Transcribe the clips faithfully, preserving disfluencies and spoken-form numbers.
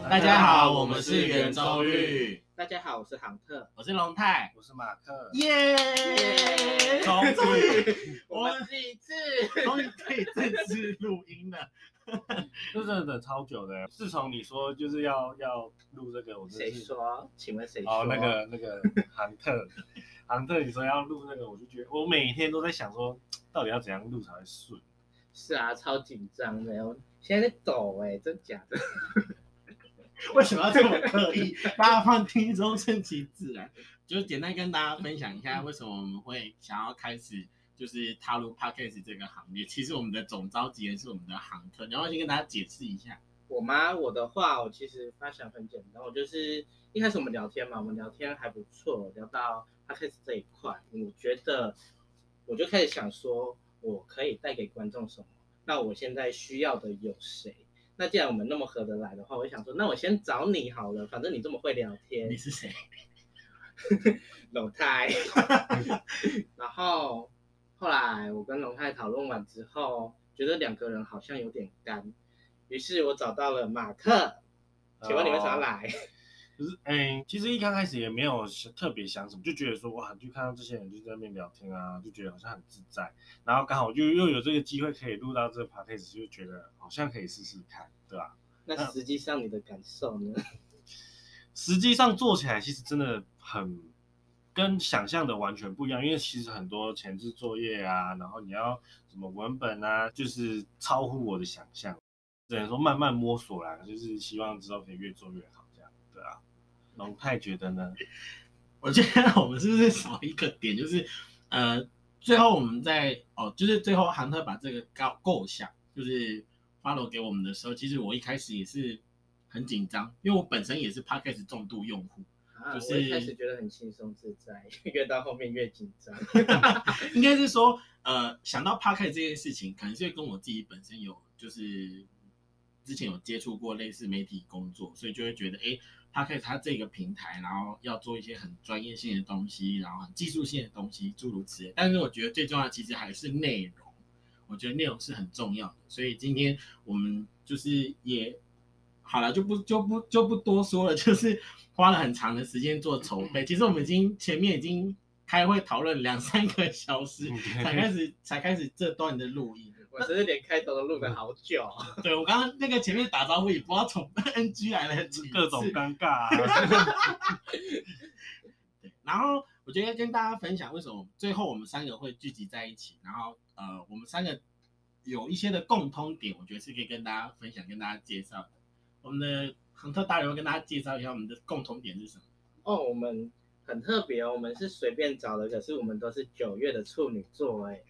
大家好，我们是圆周率。 大家好，我是航特， 我是龙泰， 我是马克。 耶！终于， 我们第一次， 终于可以正式录音了。 这真的等超久的。自从你说就是要要录这个，我真谁是说？请问谁说？ 哦，那个那个航特，航特，你说要录那个，我就觉得我每天都在想说，到底要怎样录才会顺。 是啊，超紧张的，我现在在抖哎、欸，真假的？ 为什么要这么刻意？大家放听众顺其自然。就简单跟大家分享一下，为什么我们会想要开始就是踏入 Podcast 这个行列。其实我们的总召集人是我们的航特，然后先跟大家解释一下。 我吗？我的话，我其实发想很简单，我就是一开始我们聊天嘛，我们聊天还不错，聊到 Podcast 这一块，我觉得我就开始想说，我可以带给观众什么？那我现在需要的有谁？那既然我们那么合得来的话，我想说，那我先找你好了，反正你这么会聊天。 你是谁？ 龙泰。然后后来我跟龙泰讨论完之后，觉得两个人好像有点干，于是我找到了马克。请问你为什么要来？ 就是，哎，其实一刚开始也没有特别想什么，就觉得说哇，就看到这些人就在那边聊天啊，就觉得好像很自在。然后刚好就又有这个机会可以录到这个 podcast， 就觉得好像可以试试看，对吧？ 那实际上你的感受呢？ 实际上做起来其实真的很跟想象的完全不一样，因为其实很多前置作业啊，然后你要什么文本啊，就是超乎我的想象，只能说慢慢摸索啦，就是希望之后可以越做越好，这样，对啊。龙泰觉得呢？ 我觉得我们是不是少一个点，就是呃，最后我们在哦，就是最后航特把这个构构想就是 follow 给我们的时候，其实我一开始也是很紧张，因为我本身也是 Podcast 重度用户。 啊， 就是我一开始觉得很轻松自在，越到后面越紧张。 应该是说，呃，想到 Podcast 这件事情，可能是跟我自己本身有，就是之前有接触过类似媒体工作，所以就会觉得，哎 ，Podcast 它这个平台，然后要做一些很专业性的东西，然后很技术性的东西，诸如此类。但是我觉得最重要的其实还是内容，我觉得内容是很重要的。所以今天我们就是也。好了，就不就不就不多说了，就是花了很长的时间做筹备。其实我们已经前面已经开会讨论两三个小时，才开始才开始这段的录音。 我只是连开头都录了好久。 对，我刚刚那个前面打招呼也不知道从 N G 来了各种尴尬啊。 对，然后我觉得跟大家分享为什么最后我们三个会聚集在一起，然后呃我们三个有一些的共通点，我觉得是可以跟大家分享、跟大家介绍的。我们的航特大人会跟大家介绍一下我们的共同点是什么？ 哦，我们很特别哦，我们是随便找的，可是我们都是九月的处女座哎。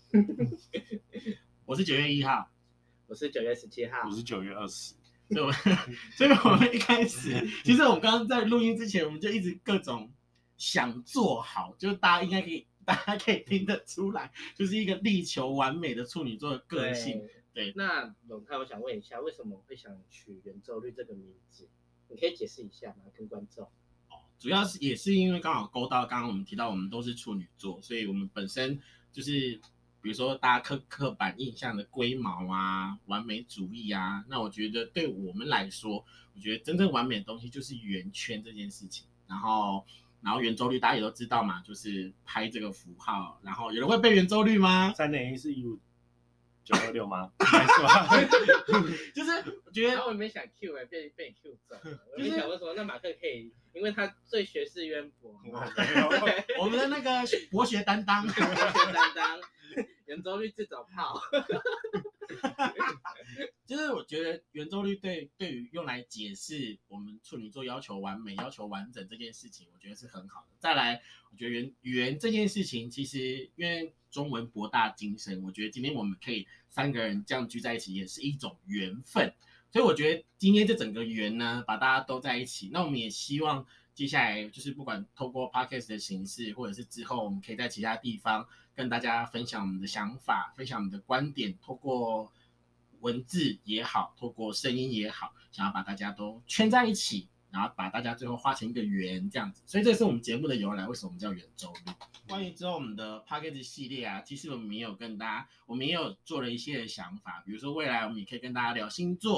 我是九月一号， 我是九月十七号， 我是九月二十。 所以我，所以我们一开始，其实我们刚刚在录音之前，我们就一直各种想做好，就是大家应该可以，大家可以听得出来，就是一个力求完美的处女座的个性。对， 那龙泰，我想问一下，为什么会想取圆周率这个名字？你可以解释一下吗？跟观众。 哦，主要是也是因为刚好勾到刚刚我们提到我们都是处女座，所以我们本身就是比如说大家刻刻板印象的龟毛啊、完美主义啊，那我觉得对我们来说，我觉得真正完美的东西就是圆圈这件事情。然后，然后圆周率大家也都知道嘛，就是拍这个符号。然后有人会背圆周率吗？ 三点一是一五。九二六吗？没错， 就是我觉得， 然后我没想 Q 哎、欸，被被 Q 走了。我没想为什么那马克可以，因为他最学识渊博嘛。 我们的那个博学担当， 博学担当，圆周率自走炮。 就是我觉得圆周率对对于用来解释我们处女座要求完美、要求完整这件事情，我觉得是很好的。再来，我觉得圆圆这件事情，其实因为中文博大精深，我觉得今天我们可以三个人这样聚在一起，也是一种缘分。所以我觉得今天这整个圆呢，把大家都在一起，那我们也希望接下来就是不管透过 podcast 的形式，或者是之后我们可以在其他地方跟大家分享我们的想法，分享我们的观点，透过文字也好，透过声音也好，想要把大家都圈在一起，然后把大家最后画成一个圆这样子。所以这是我们节目的由来，为什么我们叫圆周率？关于之后我们的 podcast 系列啊，其实我们也有跟大家，我们也有做了一些的想法，比如说未来我们也可以跟大家聊星座，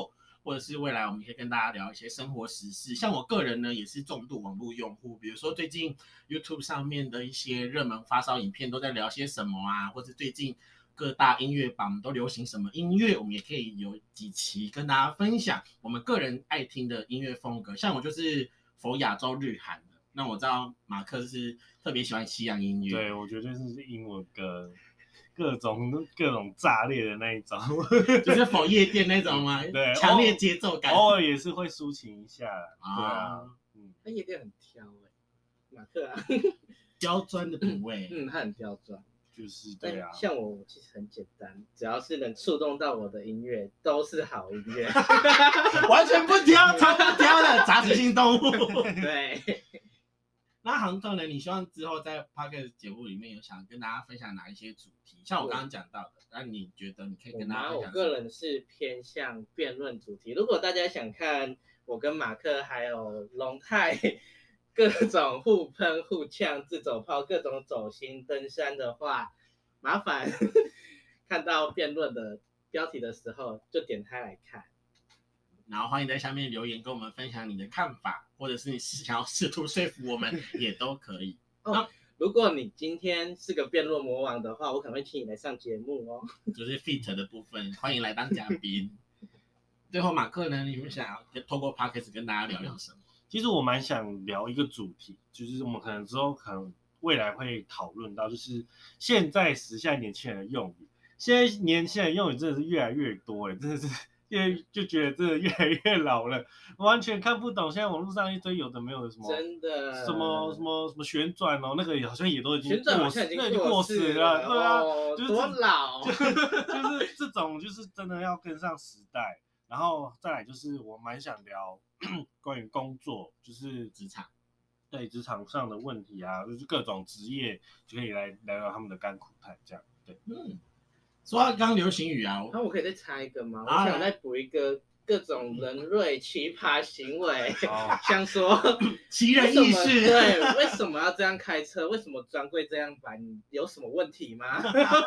或者是未来我们可以跟大家聊一些生活时事。像我个人呢，也是重度网络用户，比如说最近 YouTube 上面的一些热门发烧影片都在聊些什么啊，或者最近各大音乐榜都流行什么音乐，我们也可以有几期跟大家分享我们个人爱听的音乐风格。像我就是否亚洲日韩的，那我知道马克是特别喜欢西洋音乐， 对，我觉得是英文歌，各种各种炸裂的那一种， 就是否夜店那种吗？ 对， 强烈节奏感， 偶尔也是会抒情一下，对啊， 嗯，他夜店很挑哎、欸，马克啊， 刁钻的品味， 嗯，他很刁钻。 就是对啊， 像我其实很简单，只要是能触动到我的音乐，都是好音乐， 完全不挑，超不挑的杂食性动物。 对。 那杭特呢？你希望之后在 Podcast 节目里面有想跟大家分享哪一些主题？像我刚刚讲到的，那你觉得你可以跟大家分享？ 我个人是偏向辩论主题。如果大家想看我跟马克还有龙泰各种互喷互呛、自走炮、各种走心登山的话，麻烦看到辩论的标题的时候就点开来看。 然后欢迎在下面留言跟我们分享你的看法，或者是你是想要试图说服我们也都可以。 哦，如果你今天是个辩论魔王的话，我可能会请你来上节目哦。 就是 feat 的部分，欢迎来当嘉宾。最后马克呢，你们想要透过 Podcast 跟大家聊聊什么？ 其实我蛮想聊一个主题，就是我们可能之后可能未来会讨论到，就是现在时下年轻人的用语。现在年轻人用语真的是越来越多，真的是越就觉得真的越来越老了，完全看不懂。现在网络上一堆有的没有的什么， 真的什么什么什么旋转哦，那个好像也都已经旋转过时， 已经那已经过时了，对啊， 哦、 就是多老， 就就是这种就是真的要跟上时代。然后再来就是我蛮想聊关于工作，就是职场， 对职场上的问题啊，就是各种职业就可以来聊聊他们的甘苦谈，这样对。 嗯，说到刚流行语啊， 那我可以再插一个吗？ 啊、 我想再补一个各种人瑞奇葩行为， 哦、 像说奇人异事， 对，为什么要这样开车？为什么专柜这样摆？你有什么问题吗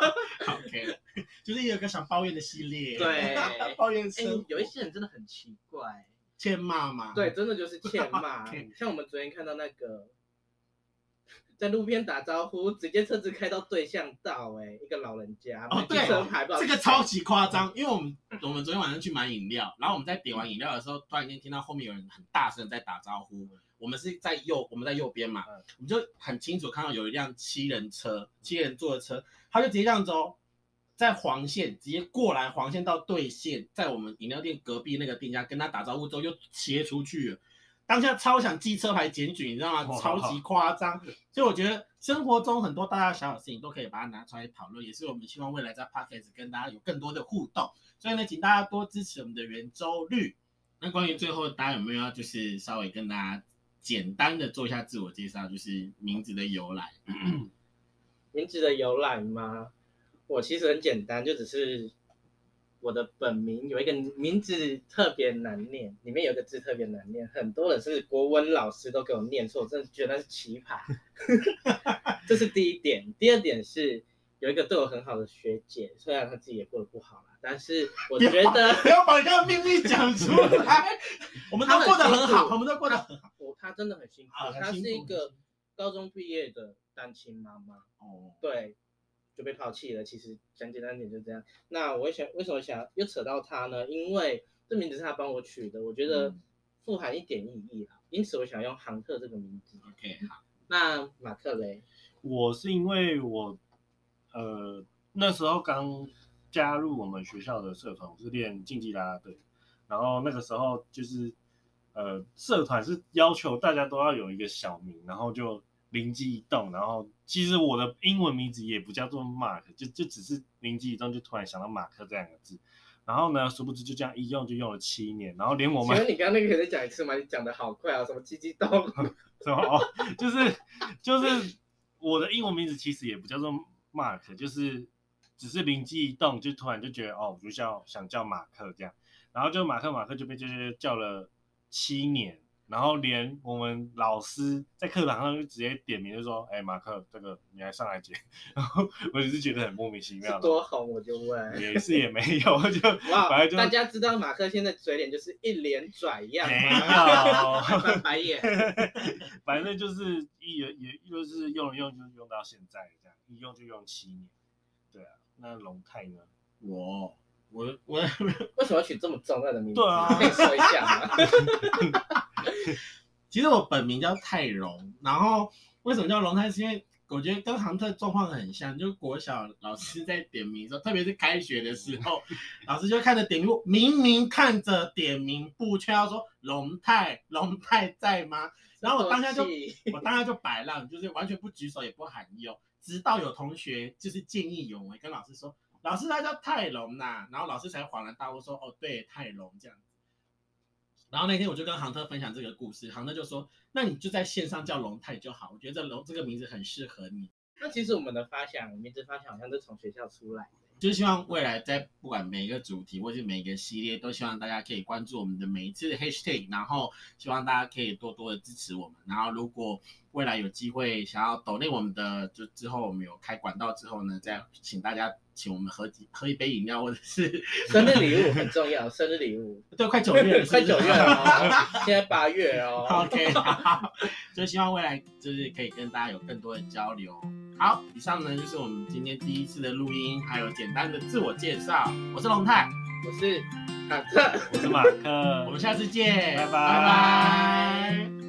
？OK， 就是有个想抱怨的系列， 对， 抱怨生活、 欸、有一些人真的很奇怪， 欠骂嘛， 对，真的就是欠骂。像我们昨天看到那个。在路边打招呼，直接车子开到对向道、欸，哎，一个老人家， 哦，对， 车牌这个超级夸张，因为我们我们昨天晚上去买饮料，然后我们在点完饮料的时候，突然间听到后面有人很大声在打招呼，我们是在右，我们在右边嘛，我们就很清楚看到有一辆七人车，七人坐的车，他就直接这样走，在黄线直接过来，黄线到对线，在我们饮料店隔壁那个店家跟他打招呼之后，又切出去了。当下超想记车牌检举，你知道吗？超级夸张，所以我觉得生活中很多大大小小事情都可以把它拿出来讨论，也是我们希望未来在 Podcast 跟大家有更多的互动。所以呢，请大家多支持我们的圆周率。那关于最后大家有没有要就是稍微跟大家简单的做一下自我介绍，就是名字的由来？ 名字的由来吗？我其实很简单，就只是。我的本名有一个名字特别难念，里面有一个字特别难念，很多人是国文老师都给我念错，我真的觉得那是奇葩。这是第一点。第二点是有一个对我很好的学姐，虽然她自己也过得不好啦，但是我觉得不要把你的秘密讲出来。我们都过得很好，我们都过得很好。 我她真的很辛苦， 啊、 她是一个高中毕业的单亲妈妈。哦，对。就被抛弃了，其实讲简单点就这样。那我想为什么想又扯到他呢？因为这名字是他帮我取的，我觉得富含一点意义啦，因此我想用杭特这个名字。 OK， 好。 那马克雷， 我是因为我呃那时候刚加入我们学校的社团，我是练竞技啦啦队，然后那个时候就是呃社团是要求大家都要有一个小名，然后就。灵机一动，然后其实我的英文名字也不叫做 Mark， 就就只是灵机一动，就突然想到马克这两个字，然后呢，殊不知就这样一用就用了七年，然后连我们， 请问你刚刚那个可以再讲一次吗？你讲的好快啊，什么鸡鸡动， 什么哦，就是就是我的英文名字其实也不叫做 Mark， 就是只是灵机一动，就突然就觉得哦，我就叫想叫马克这样，然后就马克马克就被就叫了七年。 然后连我们老师在课堂上就直接点名，就说：“哎、欸，马克，这个你来上来接。”然后我只是觉得很莫名其妙的。 多红我就问， 也是也没有，就哇， 反正就大家知道马克现在嘴脸就是一脸拽样吗？ 没有翻白眼。 反正就是一也也就是用用就用到现在这样，一用就用七年。对啊，那龙泰呢？ 我我我为什么要取这么重要的名字？ 对啊， 可以说一下吗？ 其实我本名叫泰荣，然后为什么叫龙泰？是因为我觉得跟航特状况很像，就是国小老师在点名的时候，特别是开学的时候，老师就看着点名簿，明明看着点名簿，却要说龙泰，龙泰在吗？然后我当下就我当下就摆烂，就是完全不举手也不喊用，直到有同学就是见义勇为跟老师说，老师他叫泰龙呐，然后老师才恍然大悟说，哦对，泰龙这样子。然后那天我就跟航特分享这个故事，航特就说：“那你就在线上叫龙泰就好，我觉得这龙这个名字很适合你。” 那其实我们的发想，名字发想好像是从学校出来的， 就是希望未来在不管每一个主题或是每一个系列，都希望大家可以关注我们的每一次的 hashtag， 然后希望大家可以多多的支持我们。然后如果未来有机会想要抖内我们的，就之后我们有开管道之后呢，再请大家请我们喝几喝一杯饮料，或者是生日礼物很重要，生日礼物对，快九月了， 快九月了哦，现在八月哦。 OK， 好，就希望未来就是可以跟大家有更多的交流。好，以上呢就是我们今天第一次的录音，还有简单的自我介绍。我是龙泰， 我是卡特， 我是马克， 我们下次见， 拜拜拜拜。